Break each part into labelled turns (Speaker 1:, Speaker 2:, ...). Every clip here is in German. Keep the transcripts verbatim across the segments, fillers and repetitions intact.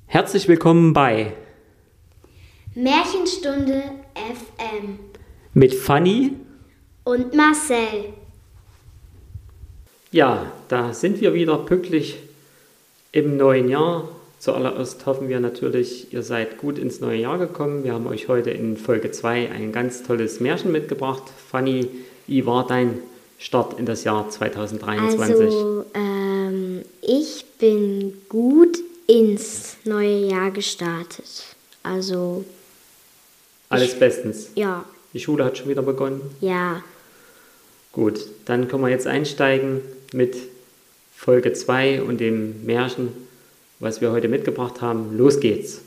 Speaker 1: Herzlich willkommen bei
Speaker 2: Märchenstunde F M
Speaker 1: mit Fanny
Speaker 2: und Marcel.
Speaker 1: Ja, da sind wir wieder pünktlich im neuen Jahr. Zuallererst hoffen wir natürlich, ihr seid gut ins neue Jahr gekommen. Wir haben euch heute in Folge zwei ein ganz tolles Märchen mitgebracht. Fanny, wie war dein Start in das Jahr zwanzig dreiundzwanzig?
Speaker 2: Also, ähm, ich bin gut ins neue Jahr gestartet. Also,
Speaker 1: Alles bestens.
Speaker 2: ja,
Speaker 1: Die Schule hat schon wieder begonnen.
Speaker 2: ja.
Speaker 1: Gut, dann können wir jetzt einsteigen mit Folge zwei und dem Märchen, was wir heute mitgebracht haben. Los geht's.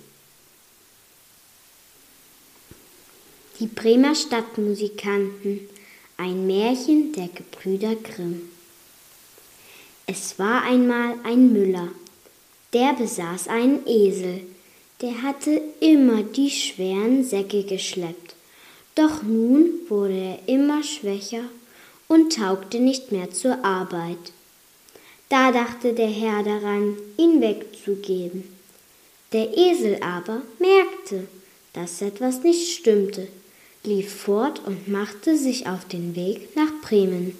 Speaker 2: Die Bremer Stadtmusikanten. Ein Märchen der Gebrüder Grimm. Es war einmal ein Müller, der besaß einen Esel, der hatte immer die schweren Säcke geschleppt. Doch nun wurde er immer schwächer und taugte nicht mehr zur Arbeit. Da dachte der Herr daran, ihn wegzugeben. Der Esel aber merkte, dass etwas nicht stimmte, lief fort und machte sich auf den Weg nach Bremen.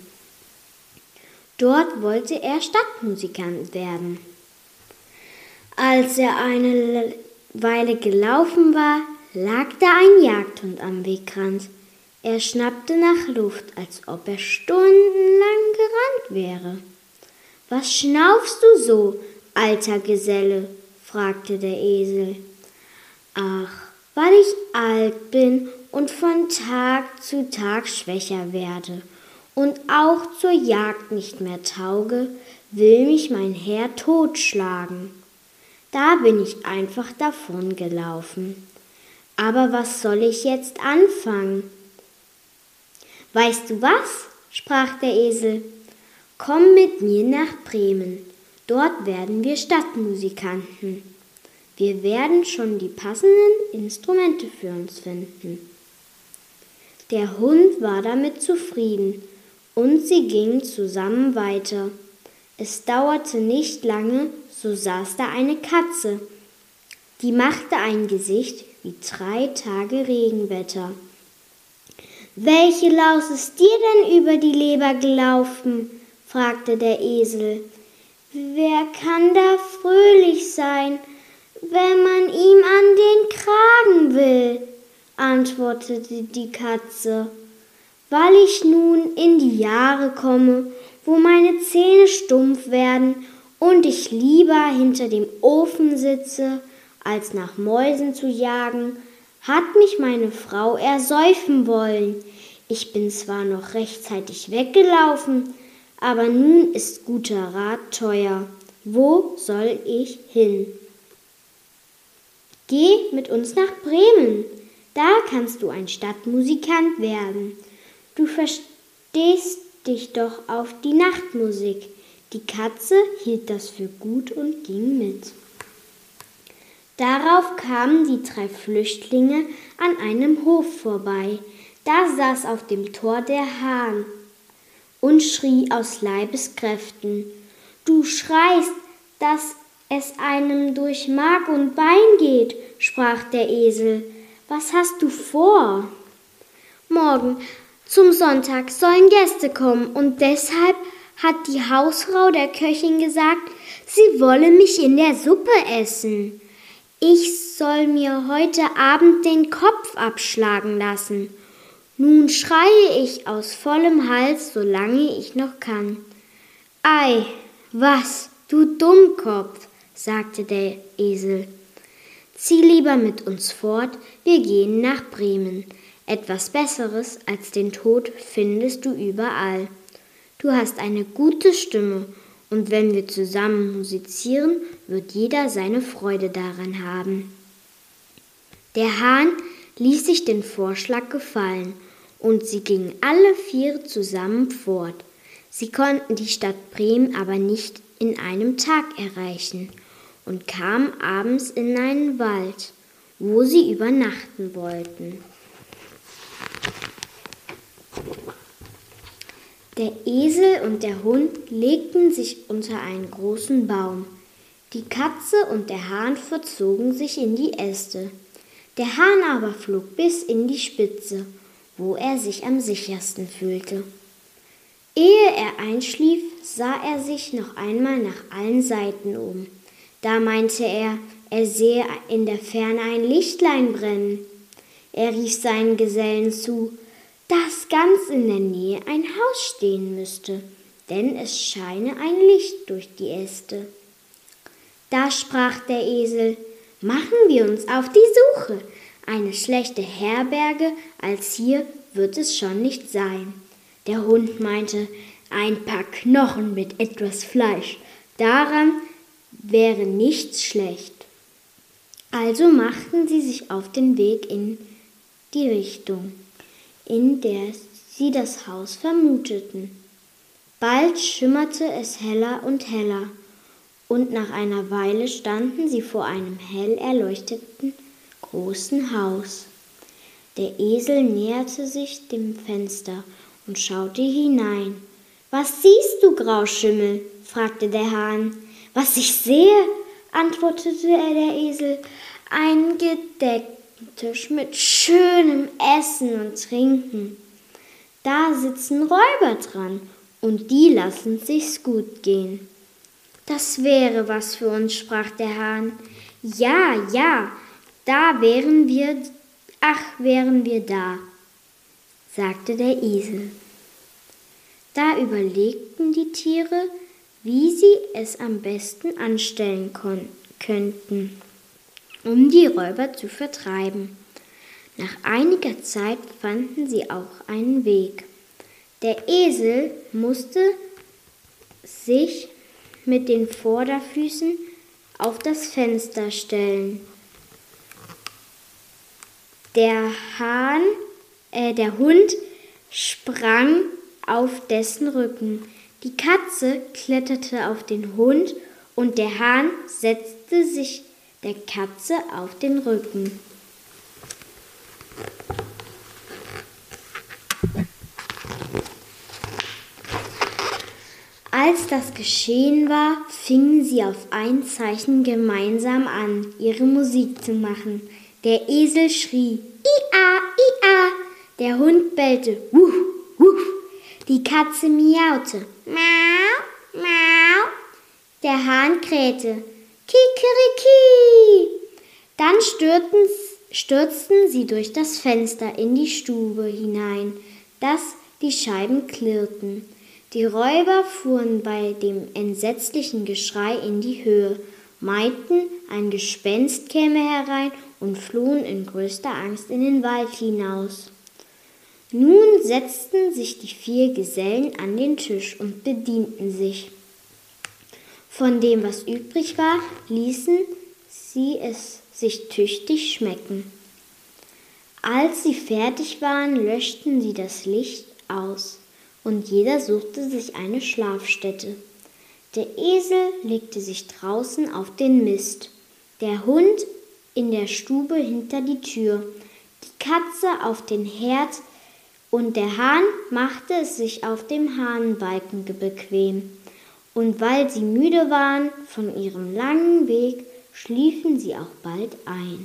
Speaker 2: Dort wollte er Stadtmusikant werden. Als er eine Weile gelaufen war, lag da ein Jagdhund am Wegrand. Er schnappte nach Luft, als ob er stundenlang gerannt wäre. »Was schnaufst du so, alter Geselle?« fragte der Esel. »Ach, weil ich alt bin und von Tag zu Tag schwächer werde und auch zur Jagd nicht mehr tauge, will mich mein Herr totschlagen. Da bin ich einfach davongelaufen. Aber was soll ich jetzt anfangen?« »Weißt du was?« sprach der Esel. »Komm mit mir nach Bremen. Dort werden wir Stadtmusikanten. Wir werden schon die passenden Instrumente für uns finden.« Der Hund war damit zufrieden und sie gingen zusammen weiter. Es dauerte nicht lange, so saß da eine Katze. Die machte ein Gesicht wie drei Tage Regenwetter. »Welche Laus ist dir denn über die Leber gelaufen?« fragte der Esel. »Wer kann da fröhlich sein, wenn man ihm an den Kragen will?« antwortete die Katze. »Weil ich nun in die Jahre komme, wo meine Zähne stumpf werden und ich lieber hinter dem Ofen sitze, als nach Mäusen zu jagen, hat mich meine Frau ersäufen wollen. Ich bin zwar noch rechtzeitig weggelaufen, aber nun ist guter Rat teuer. Wo soll ich hin?« »Geh mit uns nach Bremen. Da kannst du ein Stadtmusikant werden. Du verstehst dich doch auf die Nachtmusik.« Die Katze hielt das für gut und ging mit. Darauf kamen die drei Flüchtlinge an einem Hof vorbei. Da saß auf dem Tor der Hahn und schrie aus Leibeskräften. »Du schreist, dass es einem durch Mark und Bein geht«, sprach der Esel. »Was hast du vor?« »Morgen zum Sonntag sollen Gäste kommen und deshalb hat die Hausfrau der Köchin gesagt, sie wolle mich in der Suppe essen. Ich soll mir heute Abend den Kopf abschlagen lassen. Nun schreie ich aus vollem Hals, solange ich noch kann.« »Ei, was, du Dummkopf«, sagte der Esel. »Zieh lieber mit uns fort, wir gehen nach Bremen. Etwas Besseres als den Tod findest du überall. Du hast eine gute Stimme, und wenn wir zusammen musizieren, wird jeder seine Freude daran haben.« Der Hahn ließ sich den Vorschlag gefallen, und sie gingen alle vier zusammen fort. Sie konnten die Stadt Bremen aber nicht in einem Tag erreichen und kamen abends in einen Wald, wo sie übernachten wollten. Der Esel und der Hund legten sich unter einen großen Baum. Die Katze und der Hahn verzogen sich in die Äste. Der Hahn aber flog bis in die Spitze, wo er sich am sichersten fühlte. Ehe er einschlief, sah er sich noch einmal nach allen Seiten um. Da meinte er, er sehe in der Ferne ein Lichtlein brennen. Er rief seinen Gesellen zu, dass ganz in der Nähe ein Haus stehen müsste, denn es scheine ein Licht durch die Äste. Da sprach der Esel, machen wir uns auf die Suche. Eine schlechte Herberge als hier wird es schon nicht sein. Der Hund meinte, ein paar Knochen mit etwas Fleisch, daran wäre nichts schlecht. Also machten sie sich auf den Weg in die Richtung, in der sie das Haus vermuteten. Bald schimmerte es heller und heller, und nach einer Weile standen sie vor einem hell erleuchteten großen Haus. Der Esel näherte sich dem Fenster und schaute hinein. »Was siehst du, Grauschimmel?« fragte der Hahn. »Was ich sehe«, antwortete der Esel, »ein gedeckten Tisch mit schönem Essen und Trinken. Da sitzen Räuber dran, und die lassen sich's gut gehen.« »Das wäre was für uns«, sprach der Hahn. »Ja, ja, da wären wir, ach, wären wir da«, sagte der Esel. Da überlegten die Tiere, wie sie es am besten anstellen könnten, um die Räuber zu vertreiben. Nach einiger Zeit fanden sie auch einen Weg. Der Esel musste sich mit den Vorderfüßen auf das Fenster stellen. Der Hahn, äh, der Hund sprang auf dessen Rücken. Die Katze kletterte auf den Hund und der Hahn setzte sich der Katze auf den Rücken. Als das geschehen war, fingen sie auf ein Zeichen gemeinsam an, ihre Musik zu machen. Der Esel schrie, Ia, Ia, der Hund bellte, Wuff, Wuff, die Katze miaute, Miau, Miau, der Hahn krähte, Kikeriki. Dann stürzten, stürzten sie durch das Fenster in die Stube hinein, dass die Scheiben klirrten. Die Räuber fuhren bei dem entsetzlichen Geschrei in die Höhe, meinten, ein Gespenst käme herein und flohen in größter Angst in den Wald hinaus. Nun setzten sich die vier Gesellen an den Tisch und bedienten sich. Von dem, was übrig war, ließen sie es sich tüchtig schmecken. Als sie fertig waren, löschten sie das Licht aus. Und jeder suchte sich eine Schlafstätte. Der Esel legte sich draußen auf den Mist, der Hund in der Stube hinter die Tür, die Katze auf den Herd und der Hahn machte es sich auf dem Hahnenbalken bequem. Und weil sie müde waren von ihrem langen Weg, schliefen sie auch bald ein.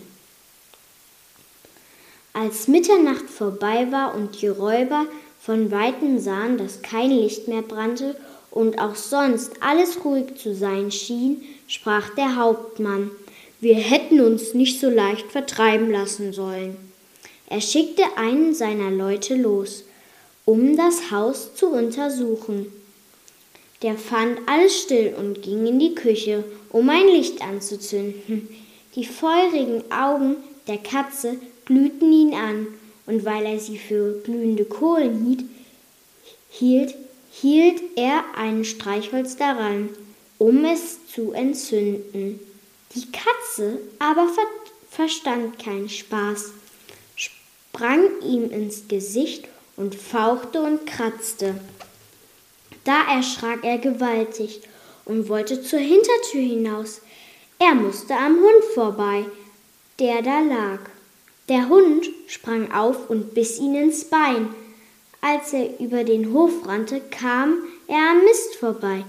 Speaker 2: Als Mitternacht vorbei war und die Räuber von weitem sahen, dass kein Licht mehr brannte und auch sonst alles ruhig zu sein schien, sprach der Hauptmann, wir hätten uns nicht so leicht vertreiben lassen sollen. Er schickte einen seiner Leute los, um das Haus zu untersuchen. Der fand alles still und ging in die Küche, um ein Licht anzuzünden. Die feurigen Augen der Katze glühten ihn an, und weil er sie für glühende Kohlen hielt, hielt, hielt er ein Streichholz daran, um es zu entzünden. Die Katze aber ver- verstand keinen Spaß, sprang ihm ins Gesicht und fauchte und kratzte. Da erschrak er gewaltig und wollte zur Hintertür hinaus. Er musste am Hund vorbei, der da lag. Der Hund sprang auf und biss ihn ins Bein. Als er über den Hof rannte, kam er am Mist vorbei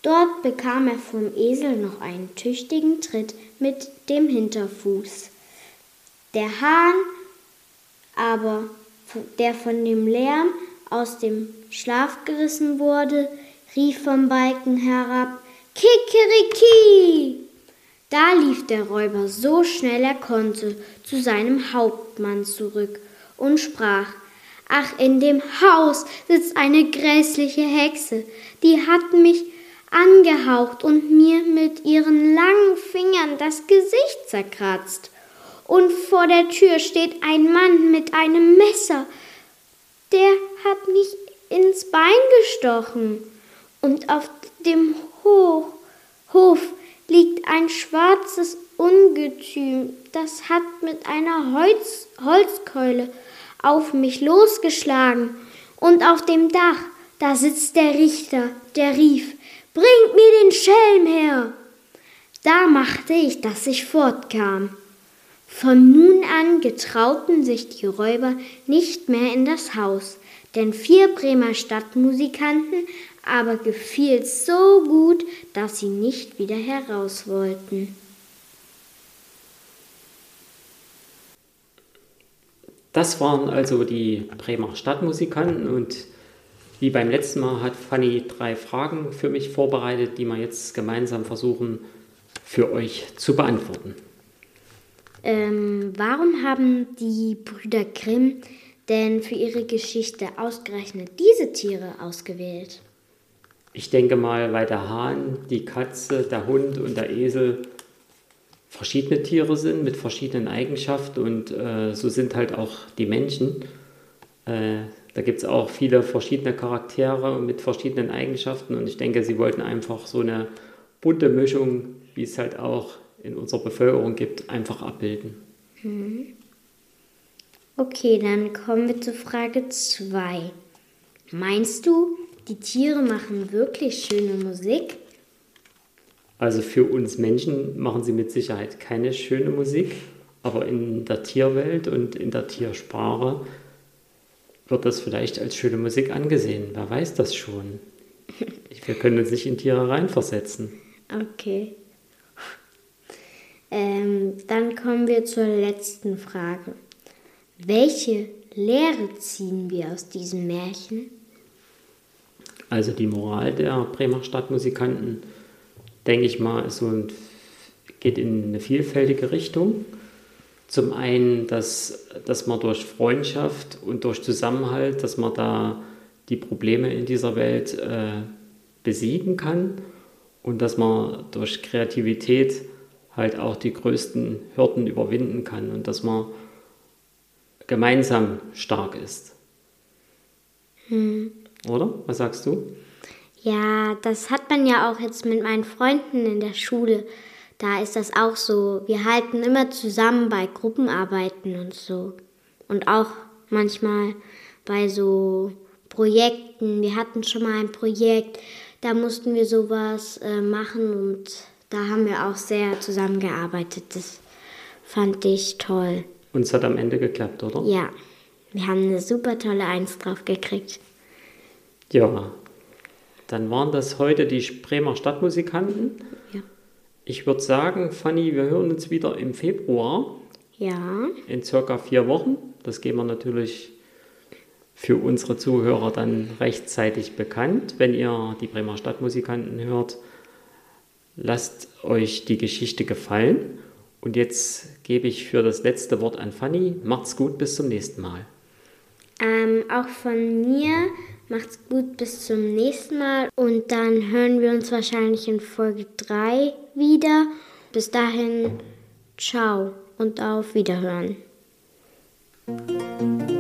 Speaker 2: Dort bekam er vom Esel noch einen tüchtigen Tritt mit dem Hinterfuß. Der Hahn aber, der von dem Lärm aus dem Schlaf gerissen wurde, rief vom Balken herab: Kikeriki! Da lief der Räuber so schnell er konnte zu seinem Hauptmann zurück und sprach: Ach, in dem Haus sitzt eine grässliche Hexe, die hat mich angehaucht und mir mit ihren langen Fingern das Gesicht zerkratzt. Und vor der Tür steht ein Mann mit einem Messer, der hat mich ins Bein gestochen. Und auf dem Hof, Hof liegt ein schwarzes Ungetüm, das hat mit einer Holz, Holzkeule auf mich losgeschlagen. Und auf dem Dach, da sitzt der Richter, der rief: Bringt mir den Schelm her! Da machte ich, dass ich fortkam. Von nun an getrauten sich die Räuber nicht mehr in das Haus, denn vier Bremer Stadtmusikanten aber gefiel's so gut, dass sie nicht wieder heraus wollten.
Speaker 1: Das waren also die Bremer Stadtmusikanten und wie beim letzten Mal hat Fanny drei Fragen für mich vorbereitet, die wir jetzt gemeinsam versuchen für euch zu beantworten.
Speaker 2: Ähm, warum haben die Brüder Grimm denn für ihre Geschichte ausgerechnet diese Tiere ausgewählt?
Speaker 1: Ich denke mal, weil der Hahn, die Katze, der Hund und der Esel verschiedene Tiere sind mit verschiedenen Eigenschaften und äh, so sind halt auch die Menschen. Äh, da gibt es auch viele verschiedene Charaktere mit verschiedenen Eigenschaften und ich denke, sie wollten einfach so eine bunte Mischung, wie es halt auch in unserer Bevölkerung gibt, einfach abbilden.
Speaker 2: Hm. Okay, dann kommen wir zu Frage zwei. Meinst du, die Tiere machen wirklich schöne Musik?
Speaker 1: Also für uns Menschen machen sie mit Sicherheit keine schöne Musik, aber in der Tierwelt und in der Tiersprache wird das vielleicht als schöne Musik angesehen. Wer weiß das schon? Wir können uns nicht in Tiere reinversetzen.
Speaker 2: Okay. Ähm, dann kommen wir zur letzten Frage. Welche Lehre ziehen wir aus diesem Märchen?
Speaker 1: Also die Moral der Bremer Stadtmusikanten, denke ich mal, ist so ein, geht in eine vielfältige Richtung. Zum einen, dass, dass man durch Freundschaft und durch Zusammenhalt, dass man da die Probleme in dieser Welt äh, besiegen kann und dass man durch Kreativität halt auch die größten Hürden überwinden kann und dass man gemeinsam stark ist.
Speaker 2: Hm.
Speaker 1: Oder? Was sagst du?
Speaker 2: Ja, das hat man ja auch jetzt mit meinen Freunden in der Schule. Da ist das auch so. Wir halten immer zusammen bei Gruppenarbeiten und so. Und auch manchmal bei so Projekten. Wir hatten schon mal ein Projekt, da mussten wir sowas äh, machen und da haben wir auch sehr zusammengearbeitet. Das fand ich toll.
Speaker 1: Und es hat am Ende geklappt, oder?
Speaker 2: Ja, wir haben eine super tolle Eins drauf gekriegt.
Speaker 1: Ja, dann waren das heute die Bremer Stadtmusikanten.
Speaker 2: Ja.
Speaker 1: Ich würde sagen, Fanny, wir hören uns wieder im Februar.
Speaker 2: Ja.
Speaker 1: In circa vier Wochen. Das geben wir natürlich für unsere Zuhörer dann rechtzeitig bekannt. Wenn ihr die Bremer Stadtmusikanten hört, lasst euch die Geschichte gefallen. Und jetzt gebe ich für das letzte Wort an Fanny. Macht's gut, bis zum nächsten Mal.
Speaker 2: Ähm, auch von mir, macht's gut, bis zum nächsten Mal. Und dann hören wir uns wahrscheinlich in Folge drei wieder. Bis dahin, ciao und auf Wiederhören.